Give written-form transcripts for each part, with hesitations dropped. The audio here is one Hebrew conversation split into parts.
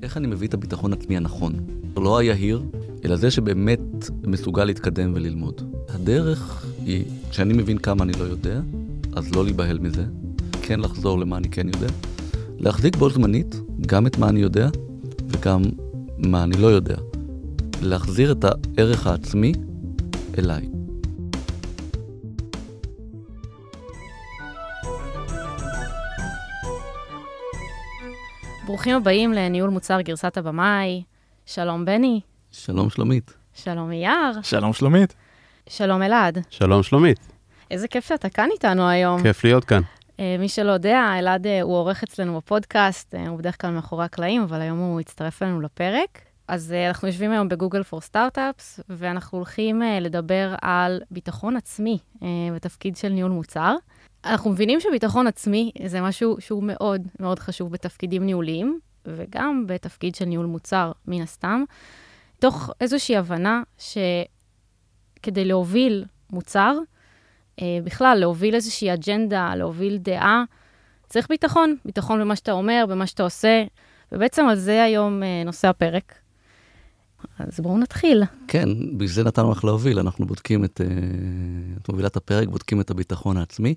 איך אני מביא את הביטחון עצמי הנכון? לא היהיר, אלא זה שבאמת מסוגל להתקדם וללמוד. הדרך היא, כשאני מבין כמה אני לא יודע, אז לא להיבהל מזה, כן לחזור למה אני כן יודע, להחזיק בו זמנית, גם את מה אני יודע, וגם מה אני לא יודע. להחזיר את הערך העצמי אליי. ברוכים הבאים לניהול מוצר גרסת הבמאי. שלום בני. שלום שלומית. שלום אייר. שלום שלומית. שלום אלעד. שלום שלומית. איזה כיף שאתה כאן איתנו היום. כיף להיות כאן. מי שלא יודע, אלעד הוא עורך אצלנו בפודקאסט, הוא בדרך כלל מאחורי הקלעים, אבל היום הוא הצטרף אלינו לפרק. אז אנחנו יושבים היום בגוגל פור סטארט-אפס, ואנחנו הולכים לדבר על ביטחון עצמי בתפקיד של ניהול מוצר. אנחנו מבינים שביטחון עצמי זה משהו שהוא מאוד מאוד חשוב בתפקידים ניהוליים, וגם בתפקיד של ניהול מוצר, מן הסתם, תוך איזושהי הבנה שכדי להוביל מוצר, בכלל להוביל איזושהי אג'נדה, להוביל דעה, צריך ביטחון, ביטחון במה שאתה אומר, במה שאתה עושה, ובעצם על זה היום נושא הפרק. אז בואו נתחיל. כן, בזה נתנו לך להוביל, אנחנו בודקים את מובילת הפרק, בודקים את הביטחון העצמי.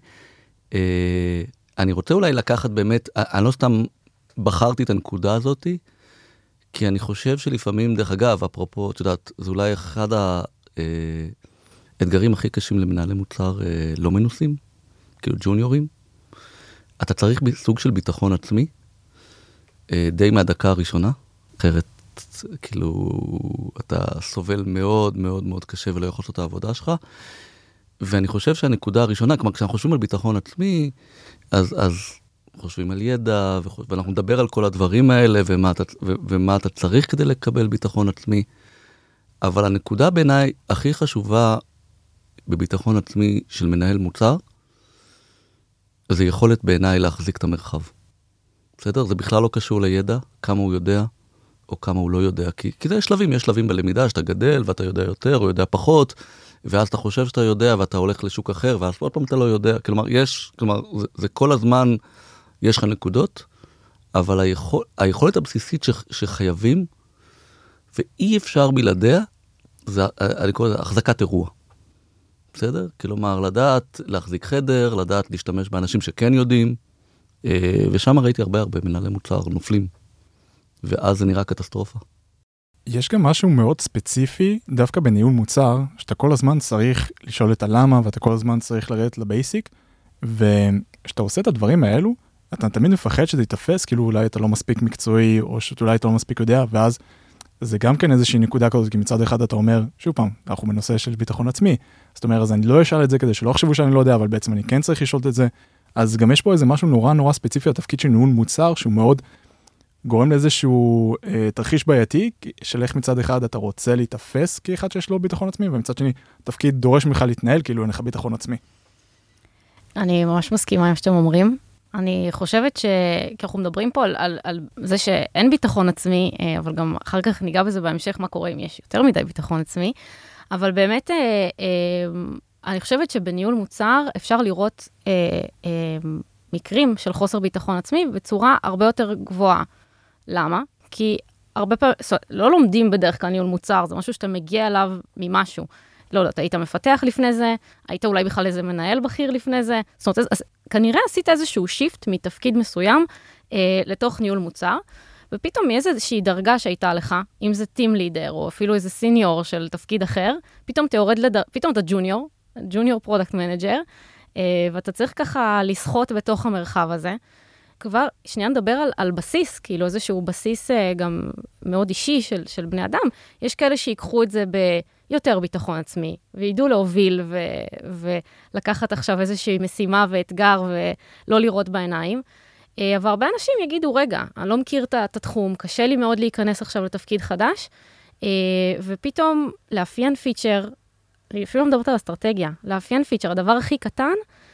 אני רוצה אולי לקחת באמת, אני לא סתם בחרתי את הנקודה הזאת, כי אני חושב שלפעמים, דרך אגב, אפרופו, את יודעת, זה אולי אחד האתגרים הכי קשים למנהלי מוצר לא מנוסים, כאילו ג'וניורים. אתה צריך סוג של ביטחון עצמי, די מהדקה הראשונה, אחרת כאילו אתה סובל מאוד מאוד מאוד קשה ולא יכול לעשות את העבודה שלך. ואני חושב שהנקודה הראשונה, כלומר, כשאנחנו חושבים על ביטחון עצמי, אז חושבים על ידע, ואנחנו נדבר על כל הדברים האלה, ומה אתה צריך כדי לקבל ביטחון עצמי. אבל הנקודה בעיניי הכי חשובה בביטחון עצמי של מנהל מוצר, זה יכולת בעיניי להחזיק את המרחב. בסדר? זה בכלל לא קשור לידע, כמה הוא יודע, או כמה הוא לא יודע. כי זה יש שלבים בלמידה, שאתה גדל, ואתה יודע יותר, או יודע פחות, ואז אתה חושב שאתה יודע, ואתה הולך לשוק אחר, ואז עוד פעם אתה לא יודע. כלומר, זה כל הזמן, יש לך נקודות, אבל היכולת הבסיסית שחייבים, ואי אפשר בלעדיה, אני קורא לזה החזקת אירוע. בסדר? כלומר, לדעת להחזיק חדר, לדעת להשתמש באנשים שכן יודעים, ושם ראיתי הרבה מנהלי מוצר נופלים. ואז זה נראה קטסטרופה. יש גם משהו מאוד ספציפי, דווקא בניהול מוצר, שאתה כל הזמן צריך לשאול את הלמה, ואתה כל הזמן צריך לרדת לבייסיק, ושאתה עושה את הדברים האלו, אתה תמיד מפחד שזה יתפס, כאילו אולי אתה לא מספיק מקצועי, או שאולי אתה לא מספיק יודע, ואז זה גם כן איזושהי נקודה כזאת, כי מצד אחד אתה אומר, שוב פעם, אנחנו בנושא של ביטחון עצמי, זאת אומרת, אז אני לא אשאל את זה כדי שלא חשבו שאני לא יודע, אבל בעצם אני כן צריך לשאול את זה, אז גם יש פה איזה משהו נורא נורא ספציפי, התפקיד של ניהול מוצר, שהוא מאוד גורם לאיזשהו תרחיש בעייתי, של איך מצד אחד אתה רוצה להתאפס כאחד שיש לו ביטחון עצמי, ומצד שני, תפקיד דורש ממך להתנהל כאילו אין לך ביטחון עצמי. אני ממש מסכימה עם שאתם אומרים. אני חושבת כי אנחנו מדברים פה על זה שאין ביטחון עצמי, אבל גם אחר כך ניגע בזה בהמשך מה קורה אם יש יותר מדי ביטחון עצמי, אבל באמת אני חושבת שבניהול מוצר אפשר לראות מקרים של חוסר ביטחון עצמי בצורה הרבה יותר גבוהה. למה? כי הרבה פעמים, לא לומדים בדרך כלל ניהול מוצר, זה משהו שאתה מגיע אליו ממשהו. לא יודעת, היית מפתח לפני זה, היית אולי בכלל איזה מנהל בכיר לפני זה, זאת אומרת, אז כנראה עשית איזשהו שיפט מתפקיד מסוים לתוך ניהול מוצר, ופתאום מאיזושהי דרגה שהייתה לך, אם זה טים לידר, או אפילו איזה סיניור של תפקיד אחר, פתאום פתאום אתה ג'וניור פרודקט מנג'ר, ואתה צריך ככה לשחות בתוך המרחב הזה. כבר, שנייה נדבר על בסיס, כאילו איזשהו בסיס גם מאוד אישי של בני אדם. יש כאלה שיקחו את זה ביותר ביטחון עצמי, וידעו להוביל ולקחת עכשיו איזושהי משימה ואתגר ולא לראות בעיניים. אבל הרבה אנשים יגידו, רגע, אני לא מכיר את התחום, קשה לי מאוד להיכנס עכשיו לתפקיד חדש, ופתאום לאפיין פיצ'ר, אני אפילו לא מדברת על אסטרטגיה, לאפיין פיצ'ר, הדבר הכי קטן,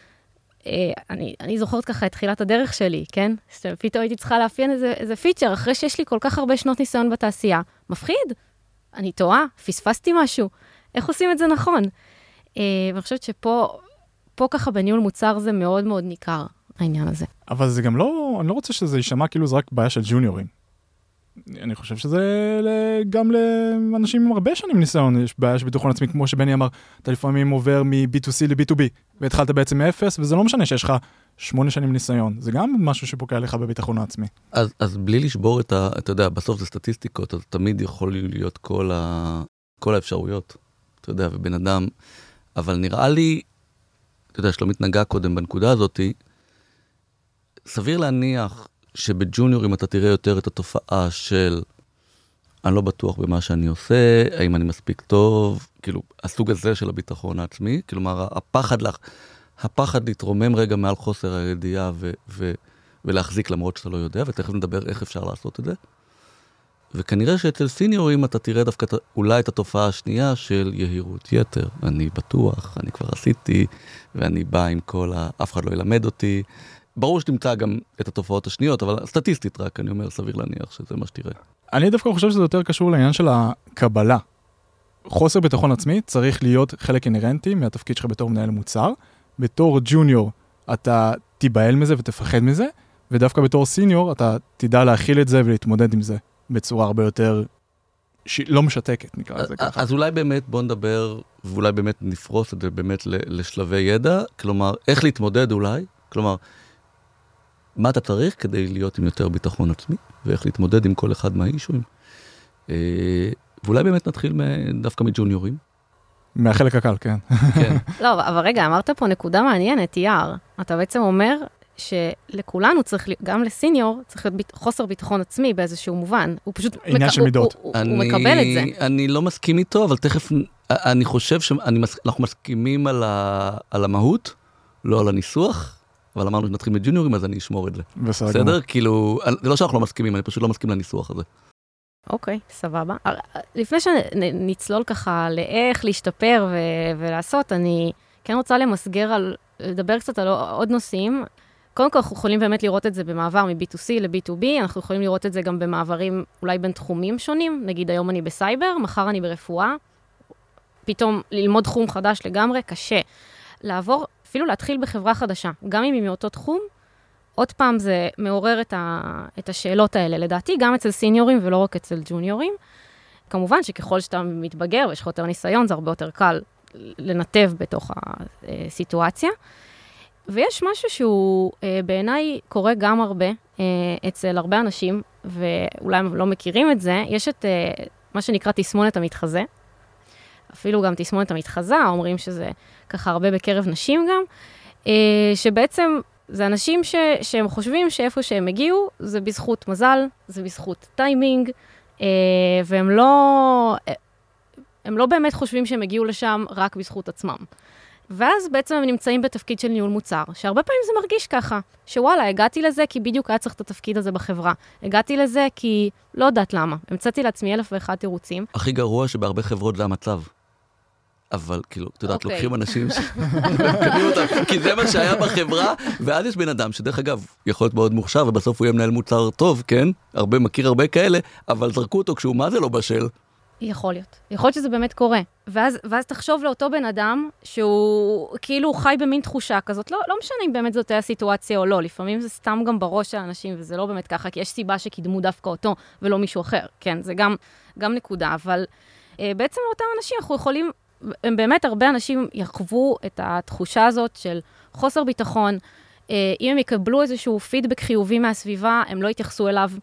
אני זוכרת ככה את תחילת הדרך שלי, כן? פתאום הייתי צריכה לאפיין איזה פיצ'ר, אחרי שיש לי כל כך הרבה שנות ניסיון בתעשייה. מפחיד? אני טועה? פספסתי משהו? איך עושים את זה נכון? ואני חושבת שפה ככה בניהול מוצר זה מאוד מאוד ניכר, העניין הזה. אבל זה גם לא, אני לא רוצה שזה יישמע כאילו זה רק בעיה של ג'וניורים. אני חושב שזה גם לאנשים עם הרבה שנים ניסיון, יש בעיה של ביטחון עצמי, כמו שבני אמר, אתה לפעמים עובר מ-B2C ל-B2B, והתחלת בעצם מ-0, וזה לא משנה שיש לך 8 שנים ניסיון, זה גם משהו שפוקע לך בביטחון העצמי. אז בלי לשבור אתה יודע, בסוף זה סטטיסטיקות, אז תמיד יכול להיות כל האפשרויות, אתה יודע, ובן אדם, אבל נראה לי, אתה יודע, שלומית נגע קודם בנקודה הזאת, סביר להניח שבג'וניורים אתה תראה יותר את התופעה של אני לא בטוח במה שאני עושה, האם אני מספיק טוב, כאילו, הסוג הזה של הביטחון העצמי, כלומר, הפחד להתרומם רגע מעל חוסר הידיעה ולהחזיק למרות שאתה לא יודע, ותכף נדבר איך אפשר לעשות את זה. וכנראה שאצל סיניורים אתה תראה דווקא אולי את התופעה השנייה של יהירות יתר. אני בטוח, אני כבר עשיתי, ואני בא עם אף אחד לא ילמד אותי. ברור שתמצא גם את התופעות השניות, אבל סטטיסטית רק, אני אומר, סביר להניח שזה מה שתראה. אני דווקא חושב שזה יותר קשור לעניין של הקבלה. חוסר ביטחון עצמי צריך להיות חלק אינרנטי מהתפקיד שלך בתור מנהל מוצר. בתור ג'וניור אתה תיבהל מזה ותפחד מזה, ודווקא בתור סיניור אתה תדע להכיל את זה ולהתמודד עם זה בצורה הרבה יותר לא משתקת, נקרא לזה ככה. אז אולי באמת בוא נדבר, ואולי באמת נפרוס את זה באמת לשלבי ידע, כלומר, איך להתמודד אולי, כלומר, מה אתה צריך כדי להיות עם יותר ביטחון עצמי, ואיך להתמודד עם כל אחד מהאישויים. ואולי באמת נתחיל דווקא מג'וניורים. מהחלק הקל, כן. כן. לא, אבל רגע, אמרת פה נקודה מעניינת, יער. אתה בעצם אומר שלכולנו צריך, גם לסיניור, צריך להיות חוסר ביטחון עצמי באיזשהו מובן. הוא פשוט עניין של מידות. הוא מקבל את זה. אני לא מסכים איתו, אבל תכף, אני חושב שאנחנו מסכימים על המהות, לא על הניסוח, אבל אמרנו שנתחיל מג'וניורים, אז אני אשמור את זה. בסדר? כאילו, זה לא שאנחנו לא מסכימים, אני פשוט לא מסכים לניסוח הזה. אוקיי, סבבה. לפני שנצלול ככה לאיך להשתפר ולעשות, אני כן רוצה לדבר קצת על עוד נושאים. קודם כל, אנחנו יכולים באמת לראות את זה במעבר מ-B2C ל-B2B, אנחנו יכולים לראות את זה גם במעברים אולי בין תחומים שונים, נגיד היום אני בסייבר, מחר אני ברפואה, פתאום ללמוד תחום חדש לגמרי, קשה. לעבור, אפילו להתחיל בחברה חדשה, גם אם היא מאותו תחום, עוד פעם זה מעורר את השאלות האלה, לדעתי, גם אצל סיניורים ולא רק אצל ג'וניורים. כמובן שככל שאתה מתבגר ויש לך יותר ניסיון, זה הרבה יותר קל לנתב בתוך הסיטואציה. ויש משהו שהוא בעיניי קורה גם הרבה אצל הרבה אנשים, ואולי הם לא מכירים את זה, יש את מה שנקרא תסמונת המתחזה. אפילו גם תסמונת המתחזה, אומרים שזה ככה הרבה בקרב נשים גם, שבעצם זה אנשים שהם חושבים שאיפה שהם הגיעו, זה בזכות מזל, זה בזכות טיימינג, והם לא באמת חושבים שהם הגיעו לשם רק בזכות עצמם. ואז בעצם הם נמצאים בתפקיד של ניהול מוצר, שהרבה פעמים זה מרגיש ככה, שוואלה, הגעתי לזה כי בדיוק היה צריך את התפקיד הזה בחברה. הגעתי לזה כי לא יודעת למה. המצאתי לעצמי 1,001 תירוצים. הכי גרוע שבהרבה חברות זה המצב. אבל כאילו, אתה יודעת, לוקחים אנשים שקנים אותם, כי זה מה שהיה בחברה, ואז יש בן אדם שדרך אגב, יכול להיות מאוד מוכשר, ובסוף הוא יהיה מנהל מוצר טוב, כן? מכיר הרבה כאלה, אבל זרקו אותו כשהוא מה זה לא בשל. יכול להיות. יכול להיות שזה באמת קורה. ואז תחשוב לאותו בן אדם, שהוא כאילו חי במין תחושה כזאת, לא משנה אם באמת זאת היה סיטואציה או לא, לפעמים זה סתם גם בראש של האנשים, וזה לא באמת ככה, כי יש סיבה שקידמו דווקא אותו, ולא מישהו אחר. כן, זה גם נקודה, אבל בעצם לאותם אנשים אנחנו יכולים, הם באמת הרבה אנשים יחוו את התחושה הזאת של חוסר ביטחון, אם הם יקבלו איזשהו פידבק חיובי מהסביבה, הם לא יתייחסו אליו,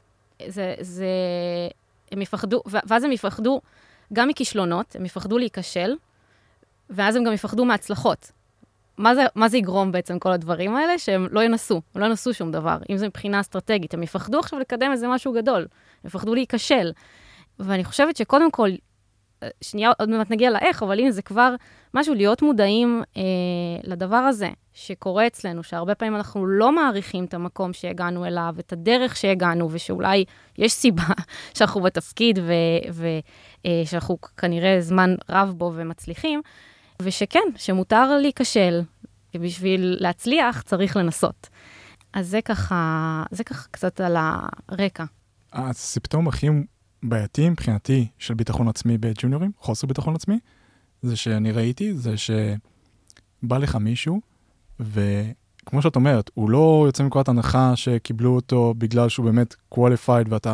הם יפחדו, ואז הם יפחדו גם מכישלונות, הם יפחדו להיכשל, ואז הם גם יפחדו מהצלחות. מה זה יגרום בעצם כל הדברים האלה? שהם לא ינסו שום דבר. אם זה מבחינה אסטרטגית, הם יפחדו עכשיו לקדם איזה משהו גדול, הם יפחדו להיכשל. ואני חושבת שקודם כל, שנייה עוד מעט נגיע לאיך, אבל הנה זה כבר משהו להיות מודעים לדבר הזה שקורה אצלנו, שהרבה פעמים אנחנו לא מעריכים את המקום שהגענו אליו, את הדרך שהגענו, ושאולי יש סיבה שאנחנו בתפקיד ושאנחנו כנראה זמן רב בו ומצליחים, ושכן, שמותר להיכשל, ובשביל להצליח צריך לנסות. אז זה ככה קצת על הרקע. הסימפטום הכי בעייתי מבחינתי של ביטחון עצמי בג'וניורים, חוסר ביטחון עצמי, זה שאני ראיתי, זה שבא לך מישהו, וכמו שאת אומרת, הוא לא יוצא מנקודת הנחה שקיבלו אותו בגלל שהוא באמת qualified, שאתה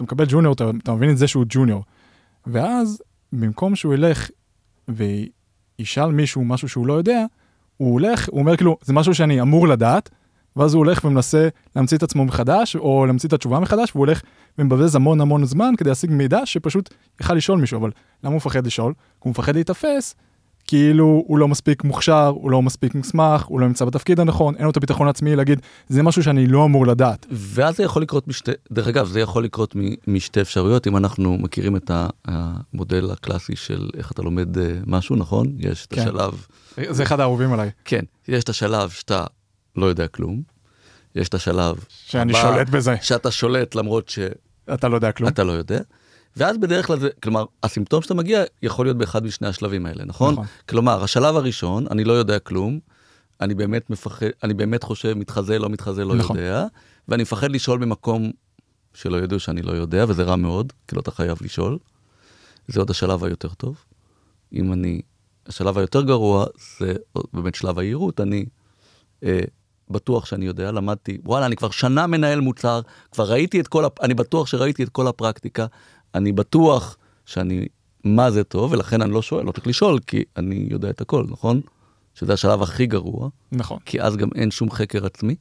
כשאתה מקבל ג'וניור, אתה מבין את זה שהוא ג'וניור. ואז, במקום שהוא ילך וישאל מישהו משהו שהוא לא יודע, הוא הולך, הוא אומר כאילו, זה משהו שאני אמור לדעת, ואז הוא הולך ומנסה להמציא את עצמו מחדש, או להמציא את התשובה מחדש, והוא הולך ומבזבז המון זמן כדי להשיג מידע שפשוט יכל לשאול מישהו, אבל למה הוא מפחד לשאול? הוא מפחד להתאפס, כאילו הוא לא מספיק מוכשר, הוא לא מספיק מוסמך, הוא לא נמצא בתפקיד הנכון, אין לו את הביטחון עצמי להגיד, זה משהו שאני לא אמור לדעת. ואז זה יכול לקרות דרך אגב, זה יכול לקרות משתי אפשרויות, אם אנחנו מכירים את המודל הקלאסי של איך אתה לומד משהו, נכון? יש את השלב... זה אחד האהובים עליי. כן, יש את השלב שאתה לא יודע כלום, יש את השלב... שאני שולט בזה. שאתה שולט למרות ש... אתה לא יודע כלום. אתה לא יודע. ואז בדרך כלל, כלומר, הסימפטום שאתה מגיע יכול להיות באחד משני השלבים האלה, נכון? כלומר, השלב הראשון, אני לא יודע כלום, אני באמת מפחד, אני באמת חושב, מתחזה, לא יודע, ואני מפחד לשאול במקום שלא ידעו שאני לא יודע, וזה רע מאוד, כאילו אתה חייב לשאול. זה עוד השלב היותר טוב. השלב היותר גרוע, זה באמת שלב העירות, אני בטוח שאני יודע, למדתי, וואלה, אני כבר שנה מנהל מוצר, כבר ראיתי את אני בטוח שראיתי את כל הפרקטיקה, אני בטוח מה זה טוב, ולכן אני לא שואל, לא צריך לשאול, כי אני יודע את הכל, נכון? שזה השלב הכי גרוע. נכון. כי אז גם אין שום חקר עצמי.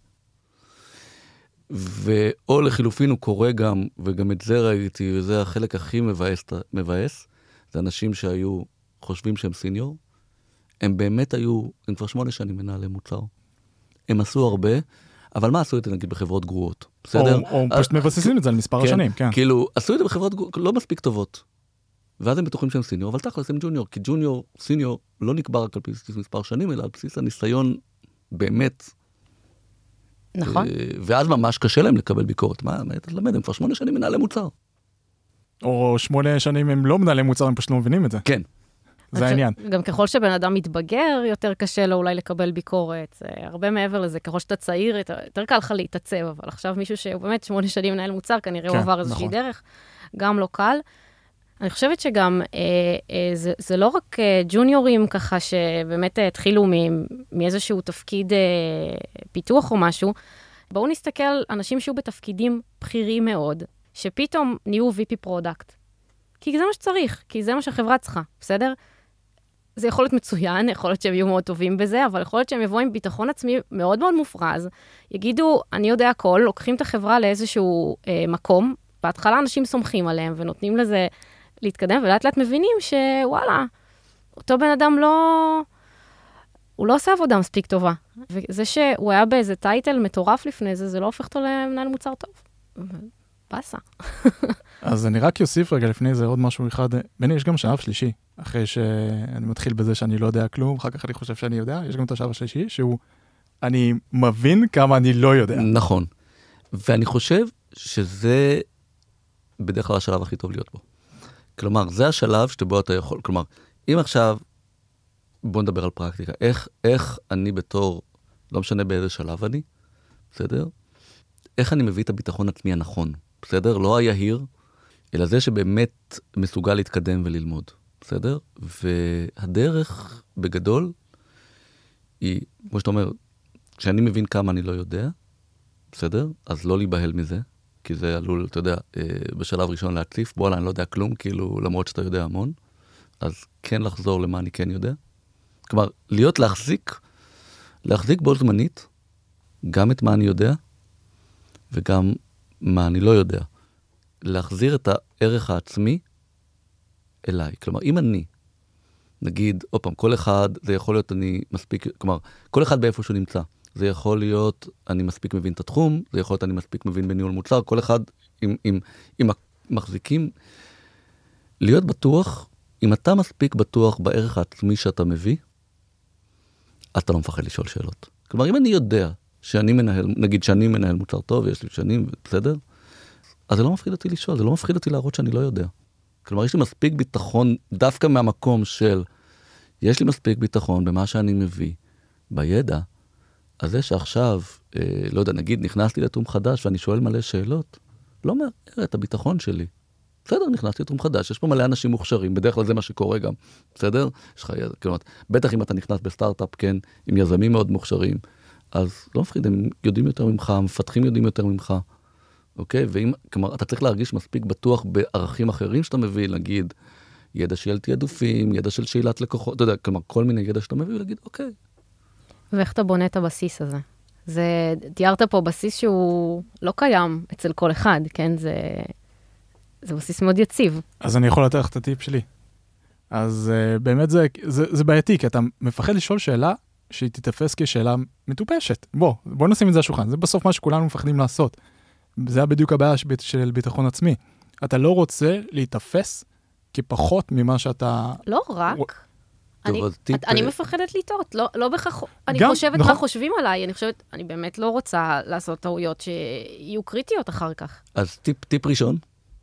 או לחילופין הוא קורה גם, וגם את זה ראיתי, וזה החלק הכי מבאס, זה אנשים שהיו חושבים שהם סיניור, הם באמת הם כבר 8 שנים מנהלי מוצר. הם עשו הרבה, אבל מה עשו את זה נגיד בחברות גרועות? בסדר? או פשוט מבססים את זה על מספר השנים, כן. כאילו, עשו את זה בחברות לא מספיק טובות. ואז הם בטוחים שהם סיניור, אבל תכלס הם ג'וניור, כי ג'וניור, סיניור, לא נקבע רק על בסיס מספר שנים, אלא על בסיס הניסיון באמת. נכון. ואז ממש קשה להם לקבל ביקורת. מה אתה למד? הם כבר 8 שנים מנהלי מוצר. או 8 שנים הם לא מנהלי מוצר, הם פשוט לא מבינים את זה. כן. זה העניין. גם ככל שבן אדם מתבגר, יותר קשה לו אולי לקבל ביקורת. זה הרבה מעבר לזה. ככל שאתה צעיר, יותר קל לך להתעצב, אבל עכשיו מישהו שהוא באמת 8 שנים מנהל מוצר, כנראה הוא עבר איזושהי דרך, גם לא קל. אני חושבת שגם זה לא רק ג'וניורים ככה שבאמת התחילו מאיזשהו תפקיד פיתוח או משהו. בואו נסתכל על אנשים שהיו בתפקידים בכירים מאוד, שפתאום נהיו VP פרודקט. כי זה מה שצריך, כי זה מה שהחברה צריכה, בסדר? זה יכול להיות מצוין, יכול להיות שהם יהיו מאוד טובים בזה, אבל יכול להיות שהם יבואו עם ביטחון עצמי מאוד מאוד מופרז, יגידו, אני יודע הכל, לוקחים את החברה לאיזשהו מקום, בהתחלה אנשים סומכים עליהם ונותנים לזה להתקדם, ולאט לאט מבינים שוואלה, אותו בן אדם הוא לא עושה עבודה מספיק טובה. וזה שהוא היה באיזה טייטל מטורף לפני זה, זה לא הופך אותו למנהל מוצר טוב. פסה. אז אני רק יוסיף רגע לפני זה עוד משהו אחד. בני, יש גם שלב שלישי, אחרי שאני מתחיל בזה שאני לא יודע כלום, אחר כך אני חושב שאני יודע, יש גם את השלב השלישי, שהוא, אני מבין כמה אני לא יודע. נכון. ואני חושב שזה בדרך כלל השלב הכי טוב להיות בו. כלומר, זה השלב שבו אתה יכול, כלומר, אם עכשיו, בוא נדבר על פרקטיקה, איך אני בתור, לא משנה באיזה שלב אני, בסדר? איך אני מביא את הביטחון עצמי הנכון, בסדר? לא היהיר, אלא זה שבאמת מסוגל להתקדם וללמוד, בסדר? והדרך בגדול היא, כמו שאתה אומר, כשאני מבין כמה אני לא יודע, בסדר? אז לא להיבהל מזה, כי זה עלול, אתה יודע, בשלב ראשון להציף, בואלה, אני לא יודע כלום, כאילו, למרות שאתה יודע המון, אז כן לחזור למה אני כן יודע. כלומר, להחזיק בו זמנית, גם את מה אני יודע, וגם מה אני לא יודע. להחזיר את הערך העצמי אליי. כלומר, אם אני, נגיד, עוד פעם, כל אחד, זה יכול להיות אני מספיק, כלומר, כל אחד באיפה שהוא נמצא. זה יכול להיות, אני מספיק מבין את התחום, זה יכול להיות, אני מספיק מבין בניהול מוצר, כל אחד עם המחזיקים, להיות בטוח, אם אתה מספיק בטוח בערך העצמי שאתה מביא, אתה לא מפחד לשאול שאלות. כלומר, אם אני יודע שאני מנהל, נגיד שאני מנהל מוצר טוב, יש לי שנים, בסדר? אז זה לא מפחיד אותי לשאול, זה לא מפחיד אותי להראות שאני לא יודע. כלומר, יש לי מספיק ביטחון, דווקא מהמקום של, יש לי מספיק ביטחון במה שאני מביא, בידע, אז זה שעכשיו, לא יודע, נגיד, נכנסתי לתחום חדש, ואני שואל מלא שאלות, לא מערער את הביטחון שלי. בסדר, נכנסתי לתחום חדש, יש פה מלא אנשים מוכשרים, בדרך כלל זה מה שקורה גם, בסדר? יש לך, כלומר, בטח אם אתה נכנס בסטארט-אפ, כן, עם יזמים מאוד מוכשרים, אז לא מפחיד, הם יודעים יותר ממך, המפתחים יודעים יותר ממך, אוקיי? כלומר, אתה צריך להרגיש מספיק בטוח בערכים אחרים שאתה מביא, נגיד, ידע של תעדופים, ידע של שאלת לקוחות, אתה יודע, כלומר, כל מיני ידע שאתה מביא, ולהגיד, אוקיי. ואיך אתה בונה את הבסיס הזה? תיארת פה בסיס שהוא לא קיים אצל כל אחד, כן? זה בסיס מאוד יציב. אז אני יכול לתת לך את הטיפ שלי. אז באמת זה בעייתי, כי אתה מפחד לשאול שאלה שהיא תתפס כשאלה מטופשת. בוא נשים את זה על השולחן. זה בסוף מה שכולנו מפחדים לעשות. זה בדיוק הבעיה של ביטחון עצמי. אתה לא רוצה להתאפס כפחות ממה שאתה... לא רק. אני מפחדת לטעות, לא בכך... אני חושבת מה חושבים עליי, אני באמת לא רוצה לעשות טעויות שיהיו קריטיות אחר כך. אז טיפ ראשון,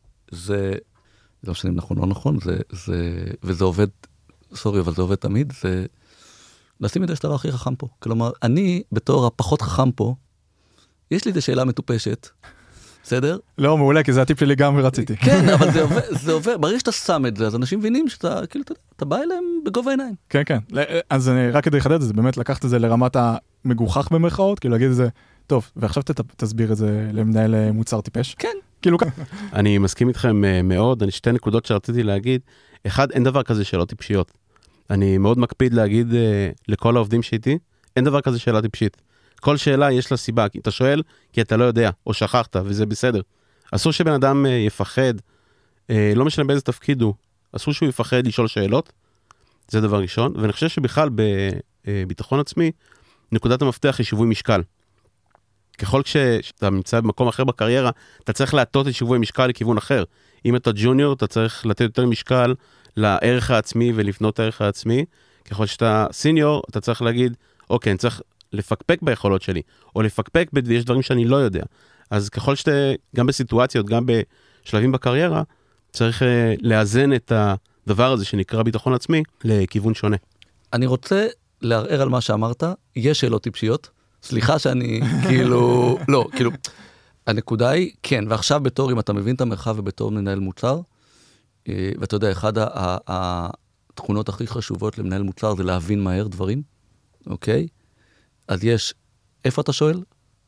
זה לא משנה אם נכון או לא נכון, וזה עובד, אבל זה עובד תמיד, זה לשים את הדבר הכי חכם פה. כלומר, אני, בתור הפחות חכם פה, יש לי את השאלה מטופשת, בסדר? לא, מעולה, כי זה הטיפ שלי גם ורציתי. כן, אבל זה עובד, ברגע שאתה שם את זה, אז אנשים מבינים שאתה, כאילו, אתה בא אליהם בגובה העיניים. כן, כן. אז אני רק כדי לחדד את זה, באמת לקחת את זה לרמת המגוחך במרכאות, כאילו להגיד את זה, טוב, ועכשיו תסביר את זה למנהל מוצר טיפש. כן. כאילו אני מסכים איתכם מאוד, אני שתי נקודות שרציתי להגיד. אחד, אין דבר כזה שאלות טיפשיות. אני מאוד מקפיד להגיד לכל העובדים שאיתי, אין דבר כזה שאלה טיפשית. כל שאלה יש לה סיבה, אתה שואל כי אתה לא יודע, או שכחת, וזה בסדר. אסור שבן אדם יפחד, לא משנה באיזה תפקיד הוא, אסור שהוא יפחד לשאול שאלות, זה דבר ראשון, ואני חושב שבכלל בביטחון עצמי, נקודת המפתח היא שיווי משקל. ככל שאתה נמצא במקום אחר בקריירה, אתה צריך להטות את שיווי משקל לכיוון אחר. אם אתה ג'וניור, אתה צריך לתת יותר משקל לערך העצמי ולבנות את הערך העצמי. ככל שאתה סיניור, אתה צריך להגיד, אוקיי, אני צריך לפקפק ביכולות שלי, או לפקפק ויש דברים שאני לא יודע. אז ככל שאתה, גם בסיטואציות, גם בשלבים בקריירה, צריך לאזן את הדבר הזה שנקרא ביטחון עצמי לכיוון שונה. אני רוצה לערער על מה שאמרת, יש שאלות טיפשיות, סליחה שאני כאילו, לא, כאילו, הנקודה היא, כן, ועכשיו בתור, אם אתה מבין את המרחב ובתור מנהל מוצר, ואתה יודע, אחד התכונות הכי חשובות למנהל מוצר זה להבין מהר דברים, אוקיי? אז יש איפה אתה שואל,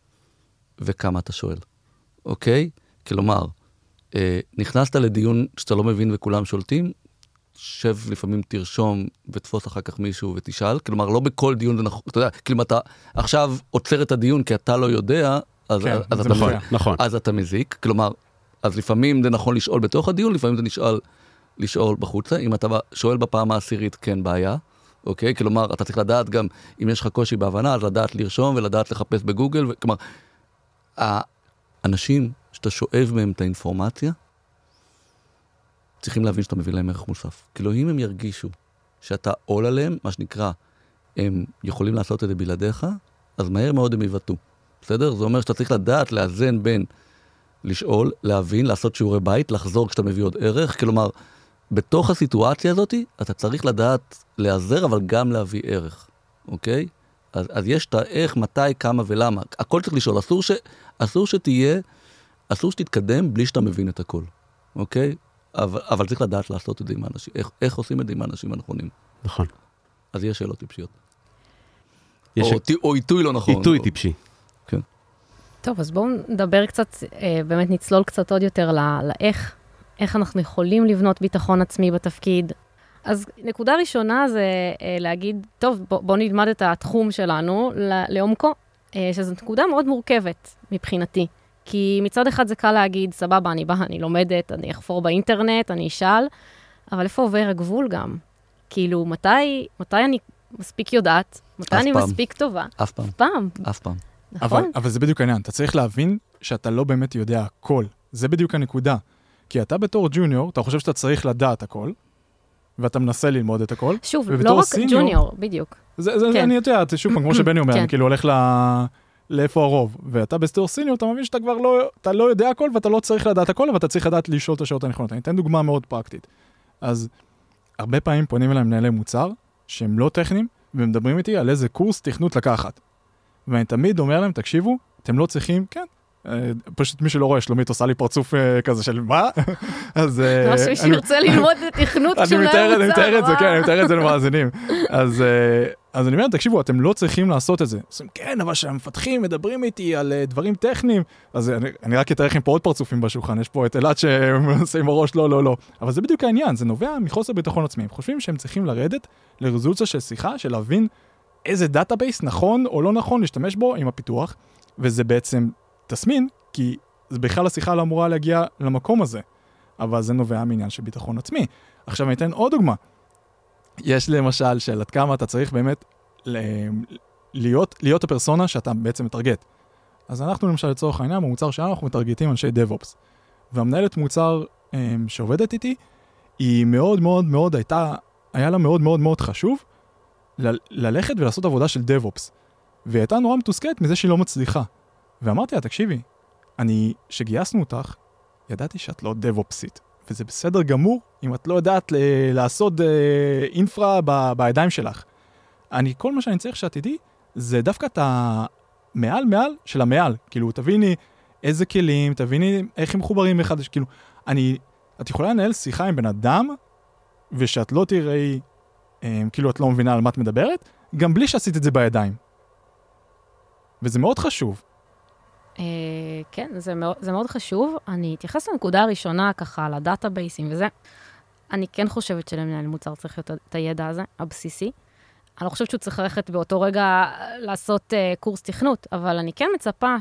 וכמה אתה שואל, אוקיי? כלומר, נכנסת לדיון שאתה לא מבין וכולם שולטים, שב לפעמים תרשום ותפוס אחר כך מישהו ותשאל, כלומר לא בכל דיון זה נכון, אתה יודע, כלומר אתה עכשיו עוצר את הדיון כי אתה לא יודע, אז, כן, אז, אתה, נכון. אז אתה מזיק, כלומר, אז לפעמים זה נכון לשאול בתוך הדיון, לפעמים זה לשאול בחוצה, אם אתה שואל בפעם העשירית כן בעיה, אוקיי? כלומר, אתה צריך לדעת גם, אם יש לך קושי בהבנה, אז לדעת לרשום ולדעת לחפש בגוגל, כלומר, האנשים שאתה שואב מהם את האינפורמציה, צריכים להבין שאתה מביא להם ערך מוסף. כאילו, אם הם ירגישו שאתה עול עליהם, מה שנקרא, הם יכולים לעשות את זה בלעדיך, אז מהר מאוד הם יבטאו. בסדר? זה אומר שאתה צריך לדעת לאזן בין לשאול, להבין, לעשות שיעורי בית, לחזור כשאתה מביא עוד ערך. כלומר, בתוך הסיטואציה הזאת, אתה צריך לדעת להיעזר, אבל גם להביא ערך. אוקיי? אז יש את האיך, מתי, כמה ולמה. הכל צריך לשאול. אסור שתתקדם בלי שאתה מבין את הכל. אוקיי? אבל צריך לדעת לעשות את זה עם האנשים. איך עושים את זה עם האנשים הנכונים. נכון. אז יש שאלות טיפשיות. או עיתוי לא נכון. עיתוי טיפשי. כן. טוב, אז בואו נדבר קצת, באמת נצלול קצת עוד יותר לאיך, איך אנחנו יכולים לבנות ביטחון עצמי בתפקיד. אז נקודה ראשונה זה להגיד, טוב, בואו נלמד את התחום שלנו לעומקו, שזו נקודה מאוד מורכבת מבחינתי. כי מצד אחד זה קל להגיד, סבבה, אני באה, אני לומדת, אני אחפור באינטרנט, אני אשאל, אבל איפה עובר הגבול גם? כאילו, מתי אני מספיק יודעת? מתי אני מספיק טובה? אף פעם. אף פעם. אף פעם. נכון? אבל זה בדיוק העניין, אתה צריך להבין שאתה לא באמת יודע הכל. זה בדיוק הנקודה. כי אתה בתור ג'וניור, אתה חושב שאתה צריך לדעת הכל, ואתה מנסה ללמוד את הכל. שוב, לא רק ג'וניור, בדיוק. אני יודע, שוב, כמו שבני אומר, אני כאילו הולך לאיפה הרוב, ואתה בסטור סיניור, אתה מבין שאתה כבר לא יודע הכל, ואתה לא צריך לדעת הכל, ואתה צריך לדעת לשאול את השאלות הנכונות. אני אתן דוגמה מאוד פרקטית. אז הרבה פעמים פונים אליי מנהלי מוצר, שהם לא טכניים, ומדברים איתי על איזה קורס תכנות לקחת. ואני תמיד אומר להם, תקשיבו, אתם לא צריכים, כן, פשוט מי שלא רואה, שלומית עושה לי פרצוף כזה של מה? אז... משהו שירצה ללמוד את תכנות כשאולי אני מתאר את זה, כן, אני מתאר את זה למאזינים. אז אז אני אומר, תקשיבו, אתם לא צריכים לעשות את זה. עושים, כן, אבל שהמפתחים מדברים איתי על דברים טכניים, אז אני רק אתאר לכם פה עוד פרצופים בשולחן, יש פה את אלעד שמנסה עם הראש, לא. אבל זה בדיוק העניין, זה נובע מחוסר ביטחון עצמי. הם חושבים שהם צריכים לרדת לרזולוציה של שיחה, של להבין איזה דאטאבייס נכון או לא נכון להשתמש בו עם הפיתוח, וזה בעצם תסמין, כי זה בכלל השיחה לא אמורה להגיע למקום הזה, אבל זה נובע מעניין של ביטחון עצמי. עכשיו אני אתן עוד דוגמה. יש למשל של עד כמה אתה צריך באמת להיות הפרסונה שאתה בעצם מטרגט. אז אנחנו למשל לצורך העניין, במוצר שלנו אנחנו מטרגטים אנשי DevOps. והמנהלת מוצר שעובדת איתי, היא מאוד מאוד מאוד היה לה מאוד מאוד מאוד חשוב ללכת ולעשות עבודה של DevOps. והיא הייתה נורא מתוסכלת מזה שהיא לא מצליחה. ואמרתי לה, תקשיבי, שגייסנו אותך, ידעתי שאת לא DevOpsית. וזה בסדר גמור אם את לא יודעת לעשות אינפרה בידיים שלך. כל מה שאני צריך שאת תדעי, זה דווקא את המעל של המעל. כאילו, תביני איזה כלים, תביני איך הם מחוברים אחד. כאילו, את יכולה לנהל שיחה עם בן אדם, ושאת לא תראי, כאילו את לא מבינה על מה את מדברת, גם בלי שעשית את זה בידיים. וזה מאוד חשוב. כן, זה מאוד חשוב. אני אתייחס לנקודה הראשונה ככה על הדאטאבייסים וזה. אני כן חושבת שלמנהל מוצר צריך להיות את הידע הזה, הבסיסי. אני לא חושבת שהוא צריך ללכת באותו רגע לעשות קורס תכנות, אבל אני כן מצפה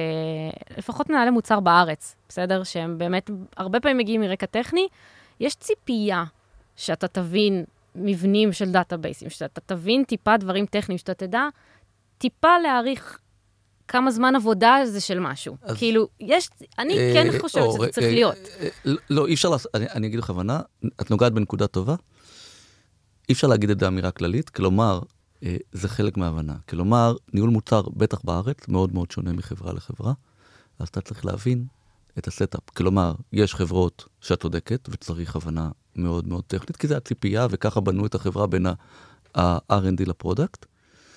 שלפחות מנהלי מוצר בארץ, בסדר? שהם באמת הרבה פעמים מגיעים מרקע טכני, יש ציפייה שאתה תבין מבנים של דאטאבייסים, שאתה תבין טיפה דברים טכניים, שאתה תדע טיפה להעריך כמה זמן עבודה זה של משהו. כאילו, אני כן חושבת שזה צריך להיות. לא, אי אפשר לעשות, אני אגיד לך הבנה, את נוגעת בנקודה טובה, אי אפשר להגיד את זה אמירה כללית, כלומר, זה חלק מההבנה. כלומר, ניהול מוצר, בטח בארץ, מאוד מאוד שונה מחברה לחברה, אז אתה צריך להבין את הסטאפ. כלומר, יש חברות שאת צודקת, וצריך הבנה מאוד מאוד טכנית, כי זה הציפייה, וככה בנו את החברה בין ה-R&D לפרודקט,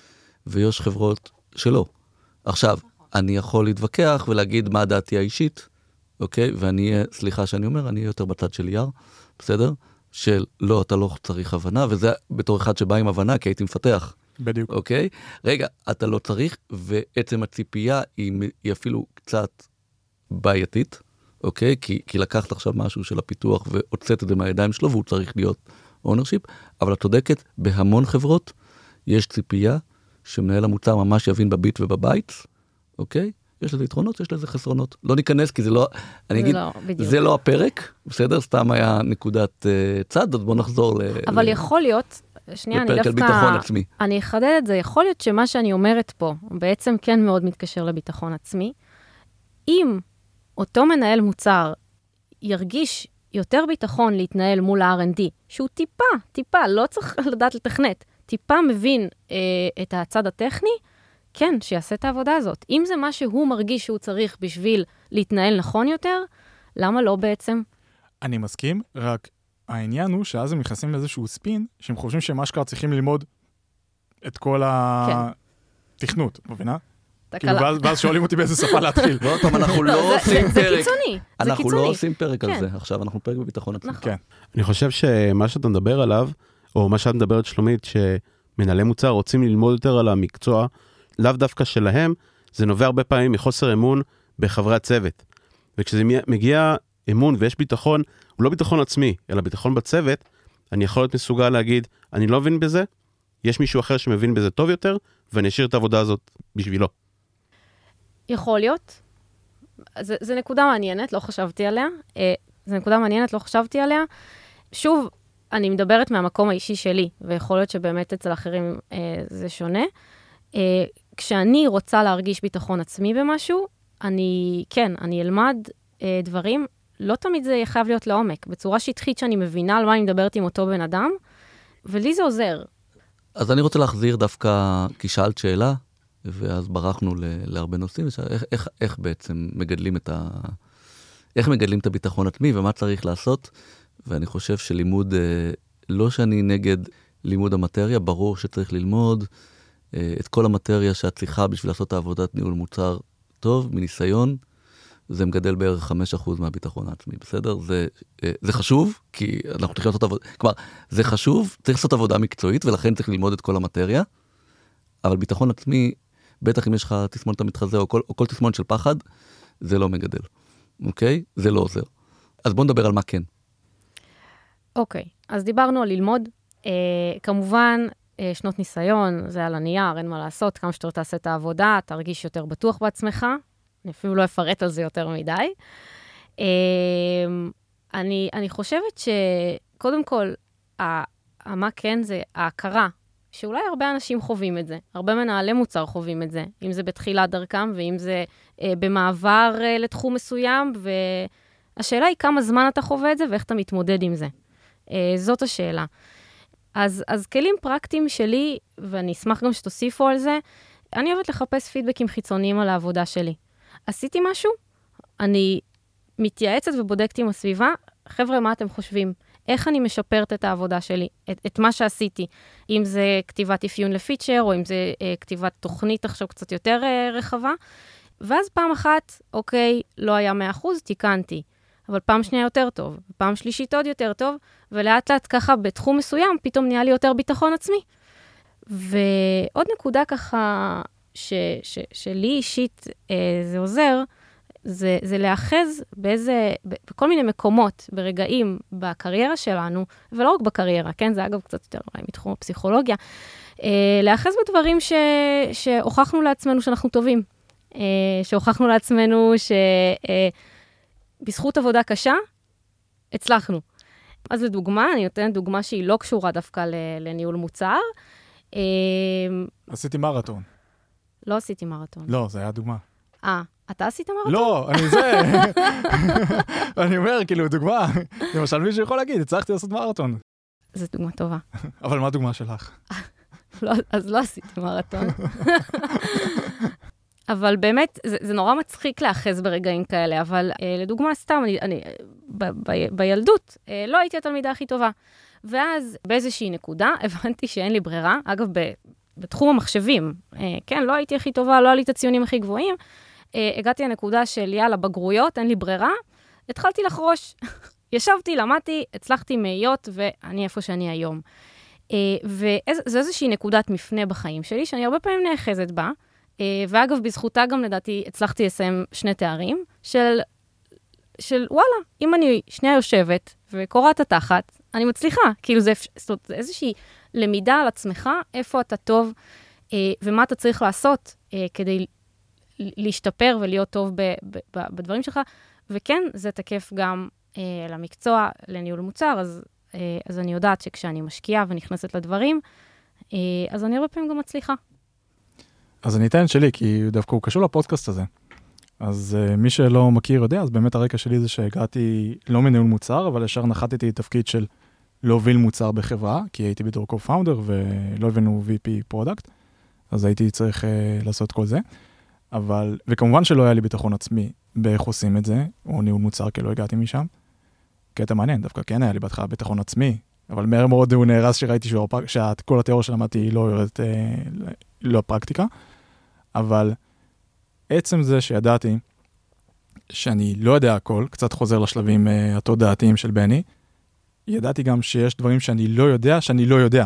ויש חברות שלא. עכשיו, אני יכול להתווכח ולהגיד מה דעתי האישית, אוקיי? ואני, סליחה שאני אומר, אני יותר בצד של יער, בסדר? של לא, אתה לא צריך הבנה, וזה בתור אחד שבא עם הבנה, כי הייתי מפתח. בדיוק. אוקיי? רגע, אתה לא צריך, ועצם הציפייה היא אפילו קצת בעייתית, אוקיי? כי לקחת עכשיו משהו של הפיתוח, והוצאת את זה מהידיים שלו, והוא צריך להיות אונרשיפ, אבל את צודקת, בהמון חברות יש ציפייה, שמנהל המוצר ממש יבין בביט ובבייט, אוקיי? יש לזה יתרונות, יש לזה חסרונות. לא ניכנס, כי זה לא, אני אגיד, זה לא הפרק, בסדר? סתם היה נקודת צד, אז בוא נחזור אבל יכול להיות, שנייה, אני דווקא, ביטחון עצמי. אני אחדד את זה, יכול להיות שמה שאני אומרת פה, בעצם כן מאוד מתקשר לביטחון עצמי. אם אותו מנהל מוצר ירגיש יותר ביטחון להתנהל מול ה-R&D, שהוא טיפה, לא צריך לדעת לתכנת, טיפה מבין את הצד הטכני, כן, שיעשה את העבודה הזאת. אם זה מה שהוא מרגיש שהוא צריך בשביל להתנהל נכון יותר, למה לא בעצם? אני מסכים, רק העניין הוא שאז הם נכנסים לאיזשהו ספין, שהם חושבים שמה שכבר צריכים ללמוד את כל התכנות, מבינה? כאילו, ואז שואלים אותי באיזה שפה להתחיל. ועוד פעם, אנחנו לא עושים פרק. זה קיצוני. אנחנו לא עושים פרק על זה. עכשיו אנחנו פרק בביטחון עצמי. כן. אני חושב שמה שאתה מדבר עליו, או מה שאת מדברת שלומית, שמנהלי מוצר רוצים ללמוד יותר על המקצוע, לאו דווקא שלהם, זה נובע הרבה פעמים מחוסר אמון בחברי הצוות. וכשזה מגיע אמון ויש ביטחון, הוא לא ביטחון עצמי, אלא ביטחון בצוות, אני יכול להיות מסוגל להגיד, אני לא מבין בזה, יש מישהו אחר שמבין בזה טוב יותר, ואני אשאיר את העבודה הזאת בשבילו. יכול להיות. זה נקודה מעניינת, לא חשבתי עליה. שוב, אני מדברת מהמקום האישי שלי, ויכול להיות שבאמת אצל אחרים זה שונה. כשאני רוצה להרגיש ביטחון עצמי במשהו, אני אלמד דברים, לא תמיד זה חייב להיות לעומק, בצורה שטחית שאני מבינה על מה אני מדברת עם אותו בן אדם, ולי זה עוזר. אז אני רוצה להחזיר דווקא, כי שאלת שאלה, ואז ברחנו להרבה נושאים, איך בעצם מגדלים איך מגדלים את הביטחון עצמי, ומה צריך לעשות, ואני חושב שלימוד, לא שאני נגד לימוד המטריה, ברור שצריך ללמוד את כל המטריה שאת צריכה בשביל לעשות את העבודת ניהול מוצר טוב, מניסיון, זה מגדל בערך 5% מהביטחון העצמי, בסדר? זה חשוב, כי אנחנו צריכים לעשות עבודה, כלומר, זה חשוב, צריך לעשות עבודה מקצועית, ולכן צריך ללמוד את כל המטריה, אבל ביטחון עצמי, בטח אם יש לך תסמונת המתחזה או כל תסמונת של פחד, זה לא מגדל, אוקיי? זה לא עוזר. אז בואו נדבר על מה כן. אוקיי, אז דיברנו על ללמוד. כמובן, שנות ניסיון, זה על הנייר, אין מה לעשות, כמה שאתה תעשה את העבודה, תרגיש יותר בטוח בעצמך, אני אפילו לא אפרט על זה יותר מדי. אני חושבת שקודם כל, מה כן זה ההכרה, שאולי הרבה אנשים חווים את זה, הרבה מנהלי מוצר חווים את זה, אם זה בתחילת דרכם, ואם זה במעבר לתחום מסוים, והשאלה היא כמה זמן אתה חווה את זה, ואיך אתה מתמודד עם זה. זאת השאלה. אז כלים פרקטיים שלי, ואני אשמח גם שתוסיפו על זה, אני אוהבת לחפש פידבקים חיצוניים על העבודה שלי. עשיתי משהו? אני מתייעצת ובודקת עם הסביבה, חבר'ה, מה אתם חושבים? איך אני משפרת את העבודה שלי, את מה שעשיתי, אם זה כתיבת אפיון לפיצ'ר, או אם זה כתיבת תוכנית עכשיו קצת יותר רחבה, ואז פעם אחת, אוקיי, לא היה 100%, תיקנתי, אבל פעם שנייה יותר טוב, פעם שלישית עוד יותר טוב, ולאט לאט ככה בתחום מסוים, פתאום נהיה לי יותר ביטחון עצמי. ועוד נקודה ככה, שלי אישית זה עוזר, זה לאחז בכל מיני מקומות, ברגעים, בקריירה שלנו, ולא רק בקריירה, כן? זה אגב קצת יותר אולי מתחום הפסיכולוגיה, לאחז בדברים שהוכחנו לעצמנו שאנחנו טובים, שהוכחנו לעצמנו שבזכות עבודה קשה, הצלחנו. אז לדוגמה, אני נותנת דוגמה שהיא לא קשורה דווקא לניהול מוצר. עשיתי מרתון. לא עשיתי מרתון. לא, זה היה דוגמה. אתה עשית מרתון? לא, אני אומר, כאילו, דוגמה. למשל, מישהו יכול להגיד, הצלחתי לעשות מרתון. זו דוגמה טובה. אבל מה הדוגמה שלך? אז לא עשיתי מרתון. אבל באמת, זה נורא מצחיק לאחז ברגעים כאלה, אבל לדוגמה, סתם, בילדות, לא הייתי התלמידה הכי טובה. ואז באיזושהי נקודה, הבנתי שאין לי ברירה, אגב, בתחום המחשבים, כן, לא הייתי הכי טובה, לא היה לי את הציונים הכי גבוהים, הגעתי לנקודה של יאללה, בגרויות, אין לי ברירה, התחלתי לחרוש. ישבתי, למדתי, הצלחתי מאיות, ואני איפה שאני היום. וזו איזושהי נקודת מפנה בחיים שלי, שאני הרבה פעמים נאחזת בה, ואגב, בזכותה גם לדעתי, הצלחתי לסיים 2 תארים, של וואלה, אם אני שנייה יושבת וקוראת התחת, אני מצליחה. כאילו זה איזושהי למידה על עצמך, איפה אתה טוב, ומה אתה צריך לעשות כדי להשתפר ולהיות טוב בדברים שלך. וכן, זה תקף גם למקצוע, לניהול מוצר, אז אני יודעת שכשאני משקיעה ונכנסת לדברים, אז אני הרבה פעמים גם מצליחה. אז אני אתן שלי, כי דווקא הוא קשור לפודקאסט הזה. אז מי שלא מכיר יודע, אז באמת הרקע שלי זה שהגעתי לא מניהול מוצר, אבל ישר נחתתי תפקיד של להוביל מוצר בחברה, כי הייתי בתור co-founder ולא הבאנו VP פרודקט, אז הייתי צריך לעשות כל זה. אבל, וכמובן שלא היה לי ביטחון עצמי באיך עושים את זה, או ניהול מוצר, כי לא הגעתי משם. קטע מעניין, דווקא כן היה לי בהתחלה ביטחון עצמי, אבל מהר מאוד הוא נהרס שראיתי שכל התיאוריה שלמדתי היא לא יורדת, לא הפרקטיקה, אבל עצם זה שידעתי שאני לא יודע הכל, קצת חוזר לשלבים התודעתיים של בני, ידעתי גם שיש דברים שאני לא יודע, שאני לא יודע.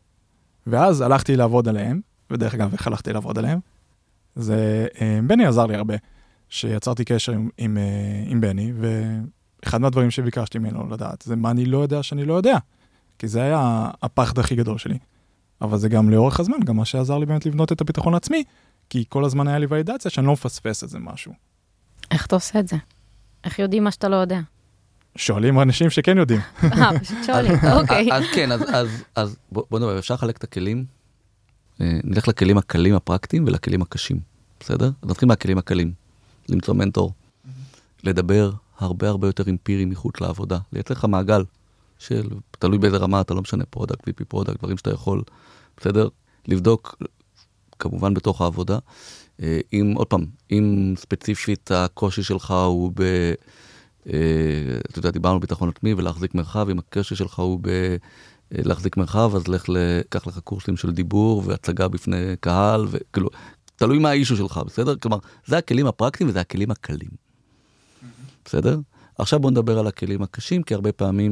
ואז הלכתי לעבוד עליהם, ודרך אגב, איך הלכתי לעבוד עליהם, זה, בני עזר לי הרבה, שיצרתי קשר עם בני, ואחד מהדברים שביקשתי ממנו לדעת, זה מה אני לא יודע שאני לא יודע. כי זה היה הפחד הכי גדול שלי. אבל זה גם לאורך הזמן, גם מה שעזר לי באמת לבנות את הביטחון העצמי, כי כל הזמן היה לי ולידציה שאני לא מפספס את זה משהו. איך אתה עושה את זה? איך יודעים מה שאתה לא יודע? שואלים אנשים שכן יודעים. פשוט שואלים, אוקיי. אז כן, אז בוא נדבר, אפשר לחלק את הכלים, נלך לכלים הקלים הפרקטיים ולכלים הקשים, בסדר? אז נתחיל מהכלים הקלים, למצוא מנטור, לדבר הרבה הרבה יותר אמפירי מחוץ לעבודה, לייצר לך מעגל של, תלוי באיזה רמה, אתה לא משנה פרודקט, VP פרודקט, דברים שאתה יכול, בסדר? לבדוק, כמובן בתוך העבודה, עוד פעם, אם ספציפית הקושי שלך הוא אתה יודע, דיברנו על ביטחון עצמי ולהחזיק מרחב, אם הקושי שלך הוא להחזיק מרחב, אז קח לך קורסים של דיבור והצגה בפני קהל, וכאילו, תלוי מה האישו שלך, בסדר? כלומר, זה הכלים הפרקטיים וזה הכלים הקלים. בסדר? עכשיו בוא נדבר על הכלים הקשים, כי הרבה פעמים